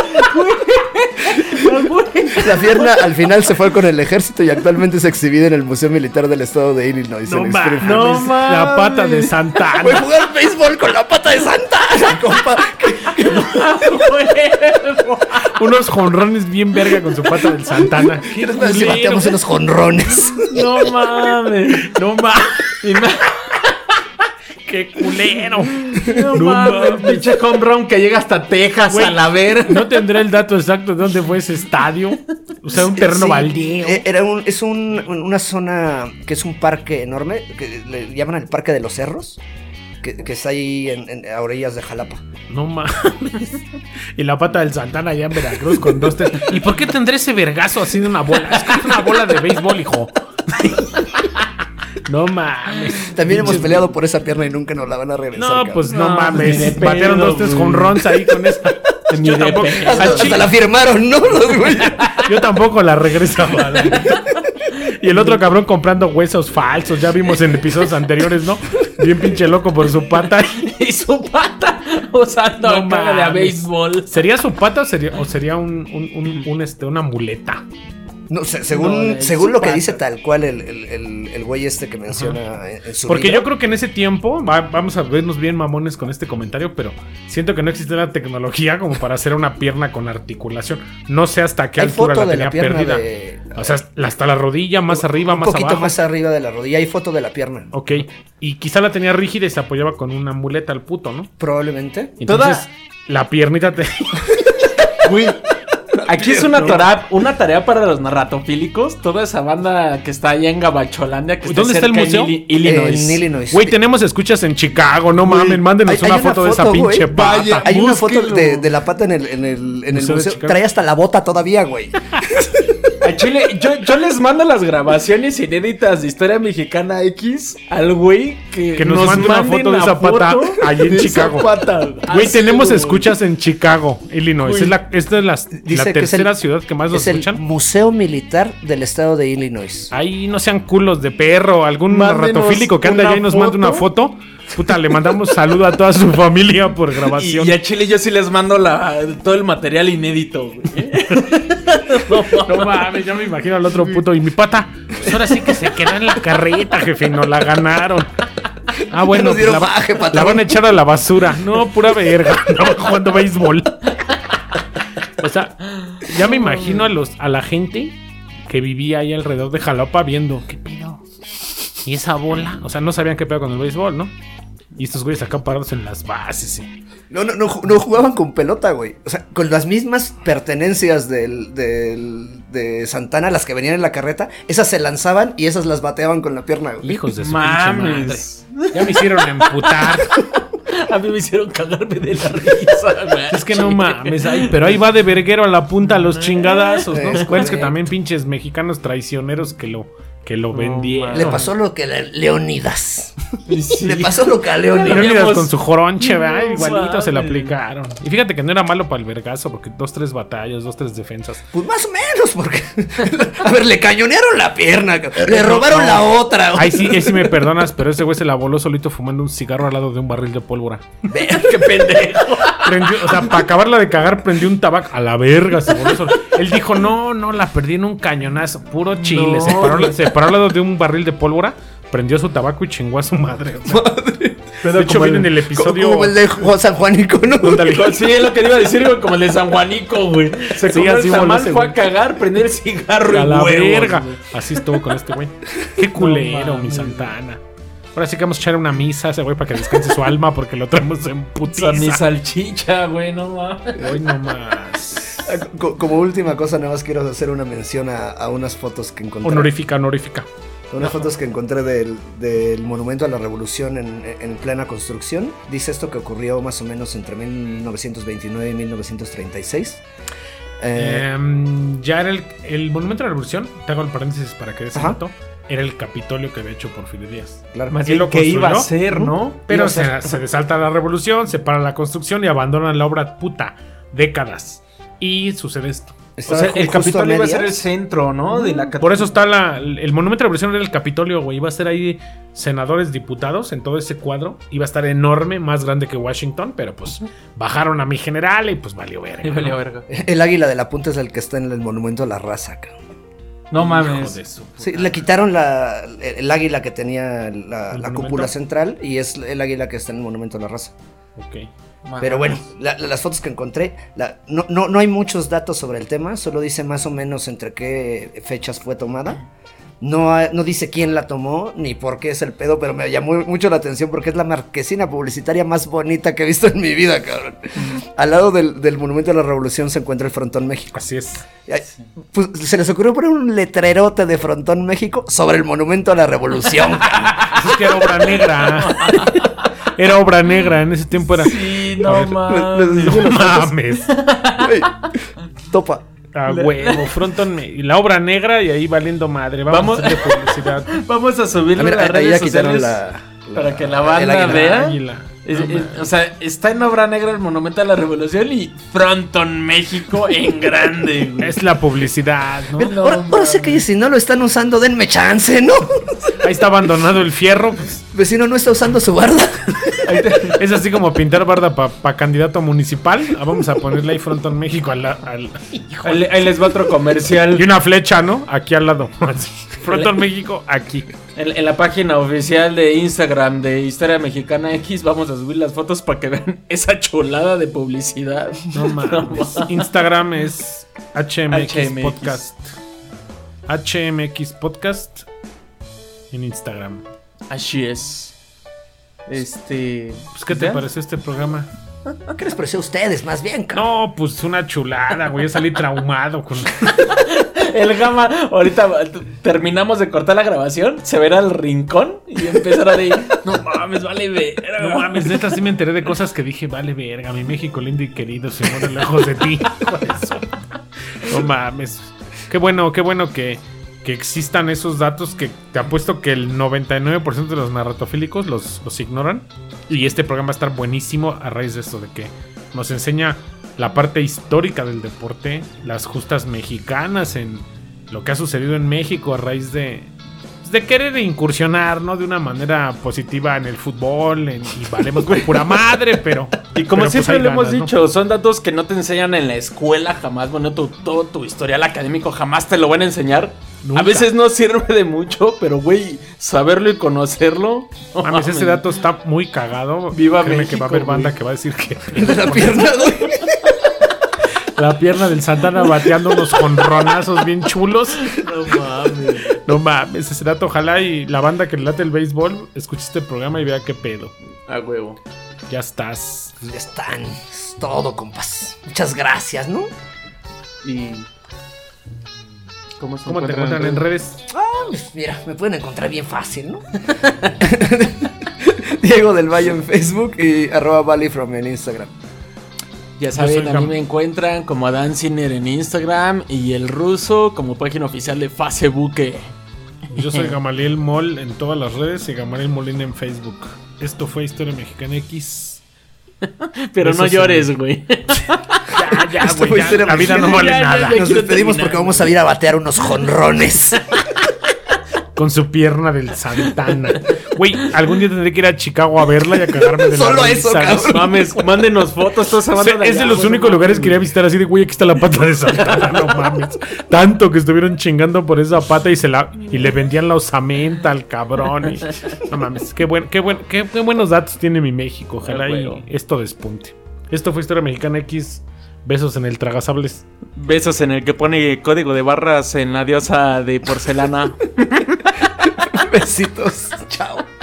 La pierna al final se fue con el ejército y actualmente se exhibe en el Museo Militar del Estado de Illinois. No en mames. Springfield. No mames. La pata de Voy a Santana. jugar béisbol con la pata de Santana, compa. Unos jonrones bien verga con su pata del Santana. Qué ¿Qué les parece si culero. bateamos unos jonrones? No mames. No mames. Qué culero. No mames. Pinche home run que llega hasta Texas Güey, a la ver. No tendré el dato exacto de dónde fue ese estadio. O sea, un terreno Sí, baldío. es una zona que es un parque enorme, que le llaman el Parque de los Cerros, que está ahí a orillas de Jalapa. No mames. Y la pata del Santana allá en Veracruz con 2-3. ¿Y por qué tendré ese vergazo así de una bola? Es que es una bola de béisbol, hijo. No mames. También hemos Pinches- peleado por esa pierna y nunca nos la van a regresar. No, cabrón. pues no, No, mames. ni de Batearon pedo, 2-3 güey. jonrons ahí con esa. Ni Yo de tampoco, pedo. al Hasta chile- la firmaron, ¿no? Los güeyes. yo tampoco la regresaba. la neta. Y el otro cabrón comprando huesos falsos. Ya vimos en episodios anteriores, ¿no? Bien pinche loco por su pata. Y su pata usando No no caga de a mames. béisbol. ¿Sería su pata o sería una muleta? No, No, según es según su lo que pata. dice tal cual el güey este que menciona en su Porque libro. yo creo que en ese tiempo, vamos a vernos bien mamones con este comentario, pero siento que no existía la tecnología como para hacer una pierna con articulación. No sé hasta qué Hay altura foto la de la tenía pierna perdida. de- O sea, hasta la rodilla, más arriba, un más poquito abajo. más arriba de la rodilla. Hay foto de la pierna. Ok. Y quizá la tenía rígida y se apoyaba con una muleta al puto, ¿no? Probablemente. Entonces, la piernita te... Güey. Aquí es una tarea para los narratofílicos. Toda esa banda que está allá en Gabacholandia. Que ¿Dónde está el cerca en museo? Illinois. En Illinois. Güey, tenemos escuchas en Chicago, no mames, mándenos hay una una foto de esa foto, pinche güey. pata. Vaya. Hay una foto Búsquelo. de la pata en el Museo de museo. Chicago. Trae hasta la bota todavía, güey. A Chile, yo les mando las grabaciones inéditas de Historia Mexicana X al güey Que nos mande una foto de esa pata allí en Chicago. Güey, tenemos escuchas en Chicago, Illinois. Uy. Esta es la Dice que es tercera ciudad que más nos Es el escuchan. Museo Militar del Estado de Illinois. Ahí no sean culos de perro, algún Mándenos ratofílico que anda una allá y nos manda una foto. Puta, le mandamos saludo a toda su familia por grabación. Y a Chile yo sí les mando todo el material inédito, güey. No mames, ya me imagino al otro puto. Y mi pata, pues ahora sí que se quedó en la carreta, jefe, y nos la ganaron. Ah, bueno, Nos dieron pues baje, patrón. la van a echar a la basura. No, pura verga. No, jugando béisbol. O sea, ya me imagino a la gente que vivía ahí alrededor de Jalapa viendo, ¿qué pedo? ¿Y esa bola? O sea, no sabían qué pedo con el béisbol, ¿no? Y estos güeyes acá parados en las bases, sí. No jugaban con pelota, güey. O sea, con las mismas pertenencias de Santana, las que venían en la carreta, esas se lanzaban y esas las bateaban con la pierna, güey. Hijos de su Mames. pinche madre. Ya me hicieron emputar. A mí me hicieron cagarme de la risa, güey. Es que no mames, pero ahí va de verguero a la punta a los chingadazos, ¿no? Es ¿Recuerdas que correcto. también pinches mexicanos traicioneros que lo vendieron? Le pasó lo que a Leonidas. Sí. Le pasó lo que a Leónidas Leonidas. con su joronche, ¿verdad? No Igualito se lo mames. aplicaron. Y fíjate que no era malo para el vergazo, porque 2-3 batallas, 2-3 defensas. Pues más o menos, porque. A ver, le cañonearon la pierna, cabrón. Le robaron la otra, güey. Ahí sí me perdonas, pero ese güey se la voló solito fumando un cigarro al lado de un barril de pólvora. Qué pendejo. O sea, para acabarla de cagar, prendió un tabaco. A la verga, se voló solo. Él dijo, no, la perdí en un cañonazo. Puro chile. No. Se paró al lado de un barril de pólvora, prendió su tabaco y chingó a su madre. O sea, de hecho, viene en el episodio. Como el de San Juanico, ¿no? Ándale. Sí, es lo que te iba a decir, güey, como el de San Juanico, güey. Se Sí, comió así el voló tamal, ese fue güey. a cagar, prender el cigarro A y la huevos, verga. güey. Así estuvo con este güey. Qué culero, No mi mames. Santana. Ahora sí que vamos a echar una misa a ese güey para que descanse su alma porque lo traemos en putiza. Mi salchicha, güey, no mames. Hoy no más. Como última cosa, nada más quiero hacer una mención a unas fotos que encontré. Honorífica. Unas fotos que encontré del Monumento a la Revolución en plena construcción. Dice esto que ocurrió más o menos entre 1929 y 1936. Ya era el Monumento de la Revolución. Te hago el paréntesis para que des el Ajá. dato. Era el Capitolio que había hecho Porfirio Díaz. Claro. Más Él bien lo que iba a construyó, ser, ¿no? Pero Iba a ser. se desalta la revolución, se para la construcción y abandonan la obra puta. Décadas. Y sucede esto. O Estaba sea, el justo a Capitolio iba a ser el medias. centro, ¿no? De la Por eso está el Monumento de la Revolución era el Capitolio, güey. Iba a ser ahí senadores, diputados en todo ese cuadro. Iba a estar enorme, más grande que Washington, pero pues bajaron a mi general y pues valió verga. Y valió ¿no? verga. El águila de la punta es el que está en el Monumento a la Raza, cabrón. No Hijo mames. de su puta. Sí, le quitaron el águila que tenía la monumento? cúpula central y es el águila que está en el Monumento a la Raza. Ok. Pero bueno, las fotos que encontré, no hay muchos datos sobre el tema, solo dice más o menos entre qué fechas fue tomada. No dice quién la tomó ni por qué es el pedo, pero me llamó mucho la atención porque es la marquesina publicitaria más bonita que he visto en mi vida, cabrón. Al lado del Monumento a la Revolución se encuentra el Frontón México. Así es. Ay, pues se les ocurrió poner un letrerote de Frontón México sobre el Monumento a la Revolución. Pues es que era obra negra. Era obra negra. En ese tiempo era. Sí, no A ver, mames. No mames. Güey, topa. A huevo, Fronton y la obra negra y ahí valiendo madre. Vamos a hacer publicidad. Vamos a subirlo A ver, a las ahí redes ya quitaron sociales para que la el banda águila. vea. Águila. O sea, está en obra negra el Monumento a la Revolución y Fronton México en grande, güey. Es la publicidad, ¿no? No, Ahora sé que si no lo están usando, denme chance, ¿no? Ahí está abandonado el fierro. Pues, Vecino no está usando su barda. es así como pintar barda para candidato municipal. Ah, vamos a ponerle ahí Fronton México Ahí les va otro comercial. y una flecha, ¿no? Aquí al lado. Así. Fronton México, aquí. En la página oficial de Instagram de Historia Mexicana X vamos a subir las fotos para que vean esa chulada de publicidad. No mames. Instagram es HMX HMX. Podcast. HMX Podcast en Instagram. Así es. Pues, ¿qué te ¿ya? pareció este programa? ¿Qué les pareció a ustedes, más bien, cabrón? No, pues una chulada, güey. Yo salí traumado con. El Gama, ahorita terminamos de cortar la grabación, se verá el rincón y empezará a decir, no mames, vale verga. No mames, neta, sí me enteré de cosas que dije, vale verga, mi México lindo y querido, se muere lejos de ti. Por eso. No mames. Qué bueno que existan esos datos que te apuesto que el 99% de los narratofílicos los ignoran. Y este programa va a estar buenísimo a raíz de esto, de que nos enseña la parte histórica del deporte, las justas mexicanas en lo que ha sucedido en México a raíz de querer incursionar, ¿no? De una manera positiva en el fútbol y valemos por pura madre, pero... Y como pero siempre pues lo hay hemos ganas, ¿no? dicho, son datos que no te enseñan en la escuela jamás. Bueno, todo tu historial académico jamás te lo van a enseñar. Nunca. A veces no sirve de mucho, pero güey, saberlo y conocerlo. no Mames, ese mames. dato está muy cagado. Viva Créeme que va a haber México, banda güey. que va a decir que De la pierna, güey. la pierna del Santana bateando unos jonronazos bien chulos. No mames. No mames, ese dato. Ojalá y la banda que le late el béisbol escuche este programa y vea qué pedo. A huevo. Ya estás. Ya están. Es todo, compas. Muchas gracias, ¿no? Y... ¿Cómo ¿Cómo te encuentran en redes? Pues mira, me pueden encontrar bien fácil, ¿no? Diego del Valle en Facebook y @valleyfrom en Instagram. Ya Yo soy saben, a mí Gam- me encuentran como Adán Ciner en Instagram y el ruso como página oficial de Facebook. Yo soy Gamaliel Mol en todas las redes y Gamaliel Molina en Facebook. Esto fue Historia Mexicana X. Pero Eso no sí. llores, güey. Ya, Esto güey, fue ya, Historia la vida no Mexicana. vale Ya, nada. ya. Nos quiero despedimos terminar. porque vamos a ir a batear unos jonrones. Con su pierna del Santana. Güey, algún día tendré que ir a Chicago a verla y a cagarme de la Solo eso, risa. cabrón. Mames, mándenos fotos, toda esa O banda sea, de es de allá, los güey, únicos no lugares mames, que iría a visitar así de, güey, aquí está la pata de Santana, no mames. Tanto que estuvieron chingando por esa pata y le vendían la osamenta al cabrón. No mames, qué buenos datos tiene mi México. Ojalá Ah, y güey. esto despunte. Esto fue Historia Mexicana X. Besos en el tragasables. Besos en el que pone código de barras en la diosa de porcelana. Besitos. Chao.